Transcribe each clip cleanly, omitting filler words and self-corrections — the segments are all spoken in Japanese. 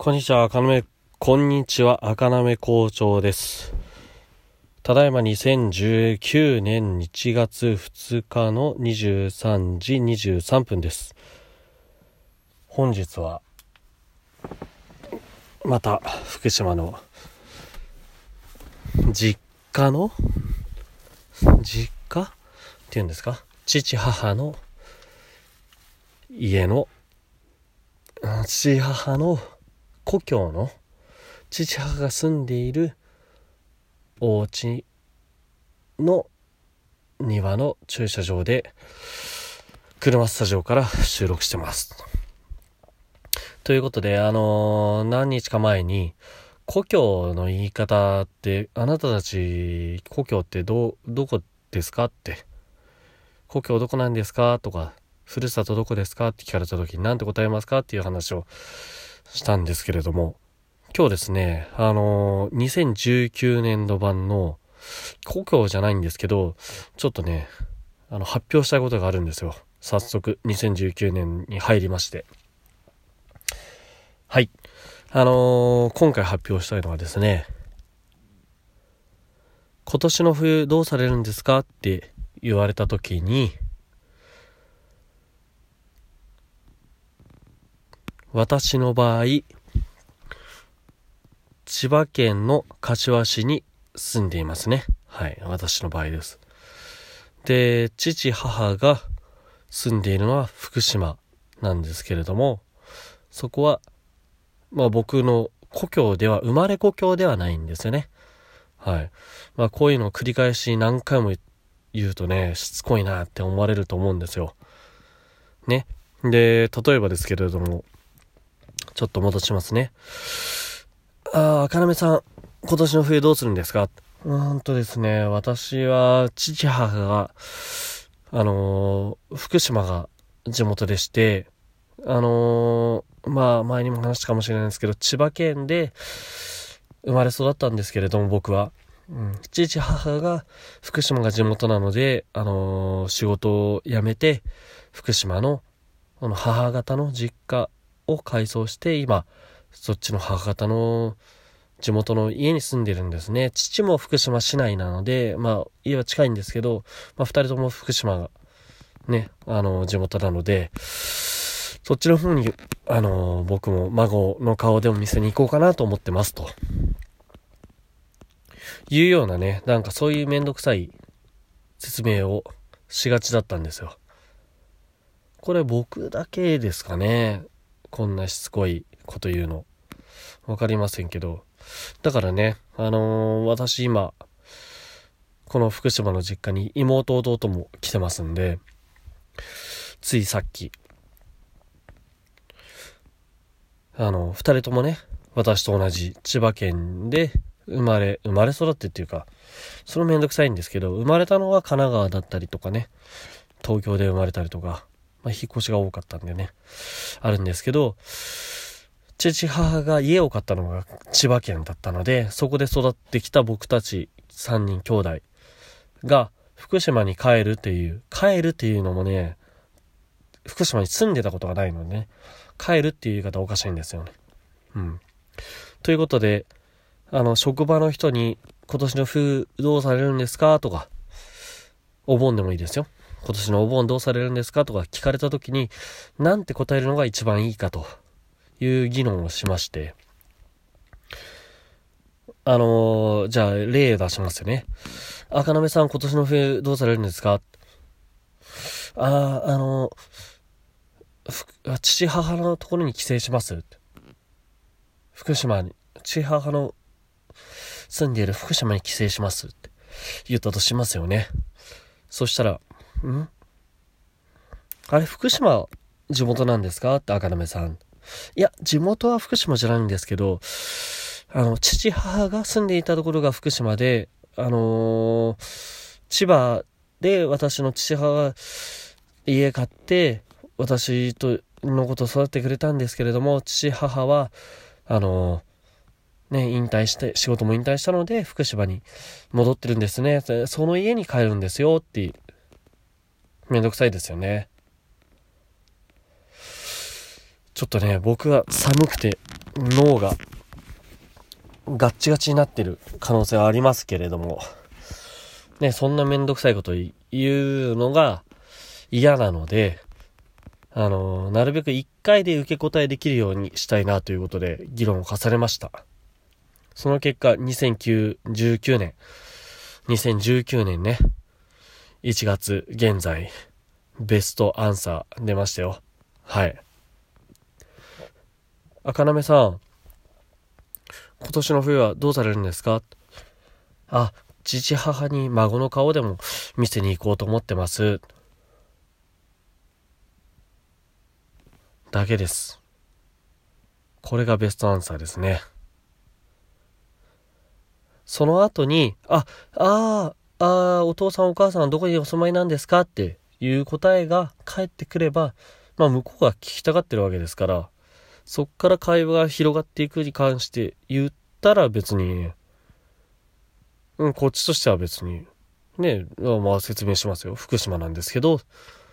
こんにちは、こんにちは、赤なめ校長です。ただいま2019年1月2日の23時23分です。本日は、また福島の実家っていうんですか、父母の故郷の父母が住んでいるお家の庭の駐車場で車スタジオから収録してます。ということで、何日か前に故郷の言い方って、あなたたち故郷ってどこですかって、故郷どこなんですかとか、ふるさとどこですかって聞かれた時に何て答えますかっていう話をしたんですけれども、今日ですね、2019年度版の故郷じゃないんですけど、ちょっとね、発表したいことがあるんですよ。早速、2019年に入りまして。はい。今回発表したいのはですね、今年の冬どうされるんですかって言われた時に、私の場合、千葉県の柏市に住んでいますね。はい、私の場合です。で、父母が住んでいるのは福島なんですけれども、そこは僕の生まれ故郷ではないんですよね。はい。こういうのを繰り返し何回も言うとね、しつこいなって思われると思うんですよ。ね。で、例えばですけれども、ちょっと戻しますね。赤なめさん、今年の冬どうするんですか？ですね、私は父母が福島が地元でして、前にも話したかもしれないんですけど、千葉県で生まれ育ったんですけれども、僕は、父母が福島が地元なので、仕事を辞めて福島の母方の実家を改装して、今そっちの母方の地元の家に住んでるんですね。父も福島市内なので、家は近いんですけど、二人とも福島がね、地元なので、そっちの方に、僕も孫の顔でも見せに行こうかなと思ってますと。いうようなね、なんかそういうめんどくさい説明をしがちだったんですよ。これ僕だけですかね。こんなしつこいこと言うの。わかりませんけど。だからね、私今、この福島の実家に妹弟も来てますんで、ついさっき、二人ともね、私と同じ千葉県で生まれ育ってっていうか、それめんどくさいんですけど、生まれたのは神奈川だったりとかね、東京で生まれたりとか、引っ越しが多かったんでね、あるんですけど、父母が家を買ったのが千葉県だったので、そこで育ってきた僕たち3人兄弟が福島に帰るっていうのもね、福島に住んでたことがないのでね、帰るっていう言い方おかしいんですよね。ということで、職場の人に今年の冬どうされるんですかとか、お盆でもいいですよ。今年のお盆どうされるんですかとか聞かれた時に、なんて答えるのが一番いいかという議論をしまして、じゃあ例出しますよね。赤なめさん今年の冬どうされるんですか？父母のところに帰省します。福島に、父母の住んでいる福島に帰省しますって言ったとしますよね。そしたら、あれ福島地元なんですかって赤なめさん。いや、地元は福島じゃないんですけど、父母が住んでいたところが福島で、千葉で私の父母が家買って、私のことを育ててくれたんですけれども、父母は、引退して、仕事も引退したので、福島に戻ってるんですね。その家に帰るんですよって、めんどくさいですよね。ちょっとね、僕は寒くて脳がガッチガチになってる可能性はありますけれども、ね、そんなめんどくさいこと言うのが嫌なので、なるべく1回で受け答えできるようにしたいなということで議論を重ねました。その結果、2019年ね、1月現在、ベストアンサー出ましたよ。はい。赤なめさん、今年の冬はどうされるんですか？父母に孫の顔でも見せに行こうと思ってます。だけです。これがベストアンサーですね。その後に、お父さんお母さんどこにお住まいなんですかっていう答えが返ってくれば、向こうが聞きたがってるわけですから、そっから会話が広がっていくに関して言ったら別に、こっちとしては別に、ね、説明しますよ。福島なんですけど、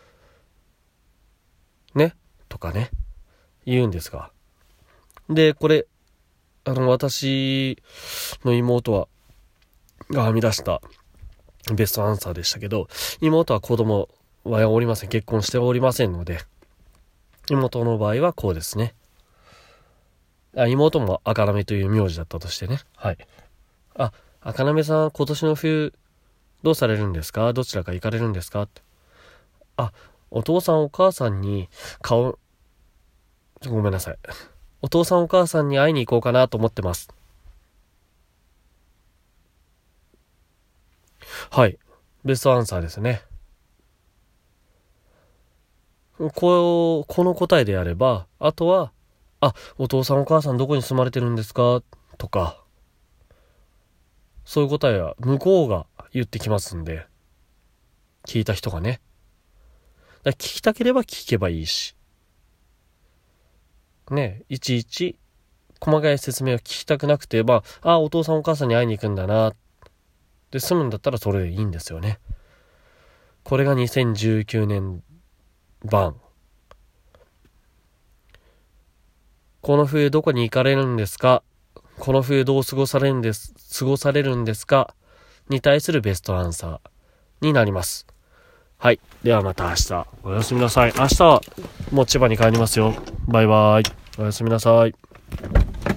ね、とかね、言うんですが。で、これ、私の妹が編み出したベストアンサーでしたけど、妹は子供はおりません。結婚しておりませんので、妹の場合はこうですね。妹も赤なめという名字だったとしてね。はい。赤なめさん、今年の冬、どうされるんですか？どちらか行かれるんですか？って。お父さんお母さんにごめんなさい。お父さんお母さんに会いに行こうかなと思ってます。はい。ベストアンサーですね。この答えであれば、あとは、お父さんお母さんどこに住まれてるんですか？とか、そういう答えは向こうが言ってきますんで、聞いた人がね。聞きたければ聞けばいいし、ね、いちいち細かい説明を聞きたくなくて、お父さんお母さんに会いに行くんだな、で済むんだったらそれでいいんですよね。これが2019年版。この冬どこに行かれるんですか？この冬どう過ごされるんですか？に対するベストアンサーになります。はい。ではまた明日。おやすみなさい。明日、もう千葉に帰りますよ。バイバイ。おやすみなさい。